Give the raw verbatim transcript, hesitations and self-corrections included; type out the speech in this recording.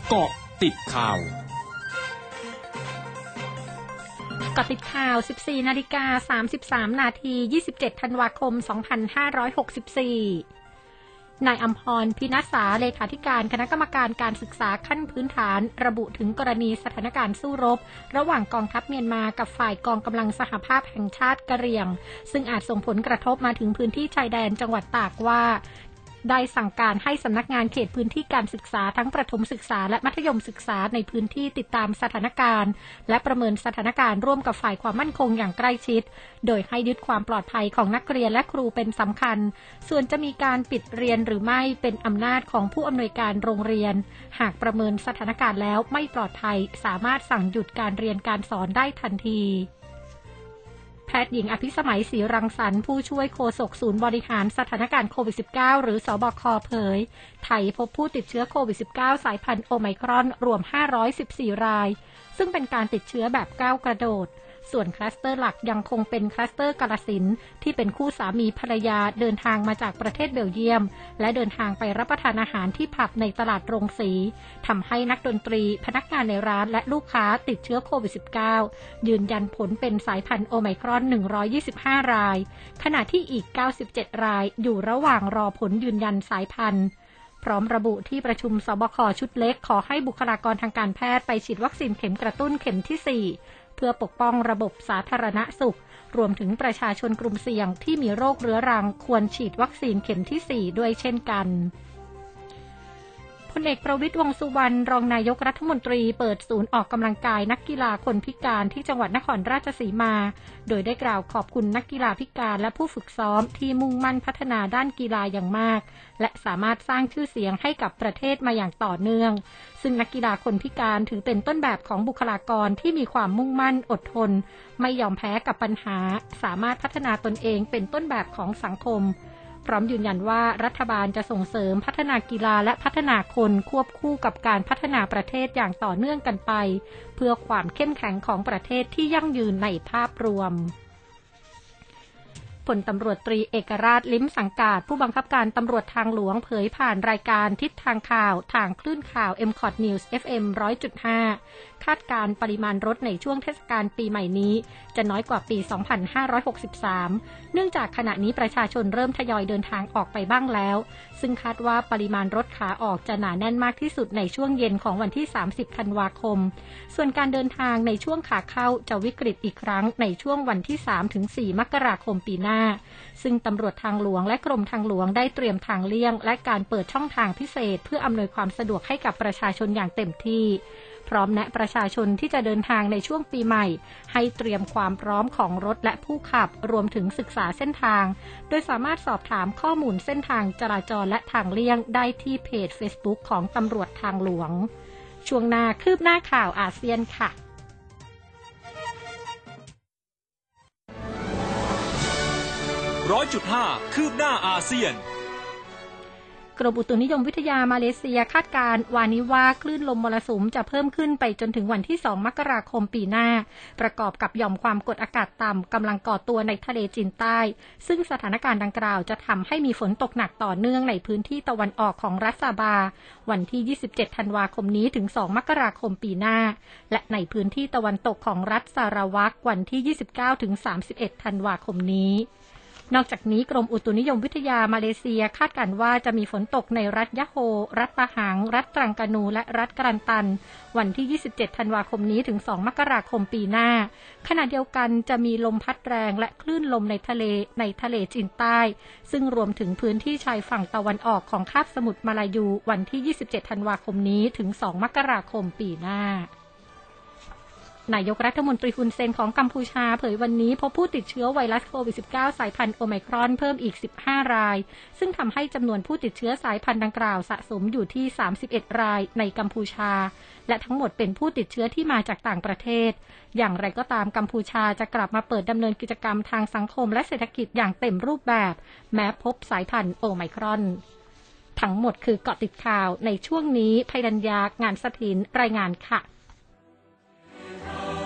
เกาะติดข่าวเกาะติดข่าว สิบสี่ นาฬิกา สามสิบสาม นาที ยี่สิบเจ็ด ธันวาคม สองพันห้าร้อยหกสิบสี่ นายอำพร พินัสสา เลขาธิการคณะกรรมการการศึกษาขั้นพื้นฐานระบุถึงกรณีสถานการณ์สู้รบระหว่างกองทัพเมียนมากับฝ่ายกองกำลังสหภาพแห่งชาติกะเหรี่ยงซึ่งอาจส่งผลกระทบมาถึงพื้นที่ชายแดนจังหวัดตากว่าได้สั่งการให้สำนักงานเขตพื้นที่การศึกษาทั้งประถมศึกษาและมัธยมศึกษาในพื้นที่ติดตามสถานการณ์และประเมินสถานการณ์ร่วมกับฝ่ายความมั่นคงอย่างใกล้ชิดโดยให้ยึดความปลอดภัยของนักเรียนและครูเป็นสำคัญส่วนจะมีการปิดเรียนหรือไม่เป็นอำนาจของผู้อำนวยการโรงเรียนหากประเมินสถานการณ์แล้วไม่ปลอดภัยสามารถสั่งหยุดการเรียนการสอนได้ทันทีแพทย์หญิงอภิสมัยศรีรังสรรค์ผู้ช่วยโฆษกศูนย์บริหารสถานการณ์โควิด สิบเก้า หรือสบคเผยไทยพบผู้ติดเชื้อโควิด สิบเก้า สายพันธุ์โอไมครอนรวมห้าร้อยสิบสี่รายซึ่งเป็นการติดเชื้อแบบก้าวกระโดดส่วนคลัสเตอร์หลักยังคงเป็นคลัสเตอร์กาฬสินธุ์ที่เป็นคู่สามีภรรยาเดินทางมาจากประเทศเบลเยียมและเดินทางไปรับประทานอาหารที่ผับในตลาดโรงสีทำให้นักดนตรีพนักงานในร้านและลูกค้าติดเชื้อโควิด สิบเก้า ยืนยันผลเป็นสายพันธุ์โอไมครอนหนึ่งร้อยยี่สิบห้ารายขณะที่อีกเก้าสิบเจ็ดรายอยู่ระหว่างรอผลยืนยันสายพันธุ์พร้อมระบุที่ประชุมสบคชุดเล็กขอให้บุคลากรทางการแพทย์ไปฉีดวัคซีนเข็มกระตุ้นเข็มที่สี่เพื่อปกป้องระบบสาธารณสุขรวมถึงประชาชนกลุ่มเสี่ยงที่มีโรคเรื้อรังควรฉีดวัคซีนเข็มที่สี่ด้วยเช่นกันพลเอกประวิตร วงษ์สุวรรณรองนายกรัฐมนตรีเปิดศูนย์ออกกำลังกายนักกีฬาคนพิการที่จังหวัดนครราชสีมาโดยได้กล่าวขอบคุณนักกีฬาพิการและผู้ฝึกซ้อมที่มุ่งมั่นพัฒนาด้านกีฬาอย่างมากและสามารถสร้างชื่อเสียงให้กับประเทศมาอย่างต่อเนื่องซึ่งนักกีฬาคนพิการถือเป็นต้นแบบของบุคลากรที่มีความมุ่งมั่นอดทนไม่ยอมแพ้กับปัญหาสามารถพัฒนาตนเองเป็นต้นแบบของสังคมพร้อมยืนยันว่ารัฐบาลจะส่งเสริมพัฒนากีฬาและพัฒนาคนควบคู่กับการพัฒนาประเทศอย่างต่อเนื่องกันไปเพื่อความเข้มแข็งของประเทศที่ยั่งยืนในภาพรวมพลตำรวจตรีเอกราชลิ้มสังกาจผู้บังคับการตำรวจทางหลวงเผยผ่านรายการทิศทางข่าวทางคลื่นข่าว เอ็ม คอท News เอฟ เอ็ม หนึ่งร้อยจุดห้า คาดการปริมาณรถในช่วงเทศกาลปีใหม่นี้จะน้อยกว่าปี สองพันห้าร้อยหกสิบสาม เนื่องจากขณะนี้ประชาชนเริ่มทยอยเดินทางออกไปบ้างแล้วซึ่งคาดว่าปริมาณรถขาออกจะหนาแน่นมากที่สุดในช่วงเย็นของวันที่ สามสิบ ธันวาคมส่วนการเดินทางในช่วงขาเข้าจะวิกฤตอีกครั้งในช่วงวันที่ สามถึงสี่ มกราคมปีหน้าซึ่งตำรวจทางหลวงและกรมทางหลวงได้เตรียมทางเลี่ยงและการเปิดช่องทางพิเศษเพื่ออำนวยความสะดวกให้กับประชาชนอย่างเต็มที่พร้อมแนะประชาชนที่จะเดินทางในช่วงปีใหม่ให้เตรียมความพร้อมของรถและผู้ขับรวมถึงศึกษาเส้นทางโดยสามารถสอบถามข้อมูลเส้นทางจราจรและทางเลี่ยงได้ที่เพจ Facebook ของตำรวจทางหลวงช่วงหน้าคืบหน้าข่าวอาเซียนค่ะร้อยจุดห้า คืบหน้าอาเซียนกรมอุตุนิยมวิทยามาเลเซียคาดการณ์วานี้ว่าคลื่นลมมรสุมจะเพิ่มขึ้นไปจนถึงวันที่สองมกราคมปีหน้าประกอบกับหย่อมความกดอากาศต่ำกำลังก่อตัวในทะเลจีนใต้ซึ่งสถานการณ์ดังกล่าวจะทำให้มีฝนตกหนักต่อเนื่องในพื้นที่ตะวันออกของรัฐซาบาวันที่ยี่สิบเจ็ดธันวาคมนี้ถึงสองมกราคมปีหน้าและในพื้นที่ตะวันตกของรัฐซาราวักวันที่ยี่สิบเก้าถึงสามสิบเอ็ดธันวาคมนี้นอกจากนี้กรมอุตุนิยมวิทยามาเลเซียคาดการณ์ว่าจะมีฝนตกในรัฐยะโฮรัฐปะหังรัฐตรังกานูและรัฐกรันตันวันที่ยี่สิบเจ็ดธันวาคมนี้ถึงสองมกราคมปีหน้าขณะเดียวกันจะมีลมพัดแรงและคลื่นลมในทะเลในทะเลจีนใต้ซึ่งรวมถึงพื้นที่ชายฝั่งตะวันออกของคาบสมุทรมาลายูวันที่ยี่สิบเจ็ดธันวาคมนี้ถึงสองมกราคมปีหน้านายกรัฐมนตรีฮุนเซนของกัมพูชาเผยวันนี้พบผู้ติดเชื้อไวรัสโควิด สิบเก้า สายพันธุ์โอไมครอนเพิ่มอีกสิบห้ารายซึ่งทำให้จำนวนผู้ติดเชื้อสายพันธุ์ดังกล่าวสะสมอยู่ที่สามสิบเอ็ดรายในกัมพูชาและทั้งหมดเป็นผู้ติดเชื้อที่มาจากต่างประเทศอย่างไรก็ตามกัมพูชาจะกลับมาเปิดดำเนินกิจกรรมทางสังคมและเศรษฐกิจอย่างเต็มรูปแบบแม้พบสายพันธุ์โอไมครอนทั้งหมดคือเกาะติดข่าวในช่วงนี้ภัยรัญญางานสถินรายงานค่ะ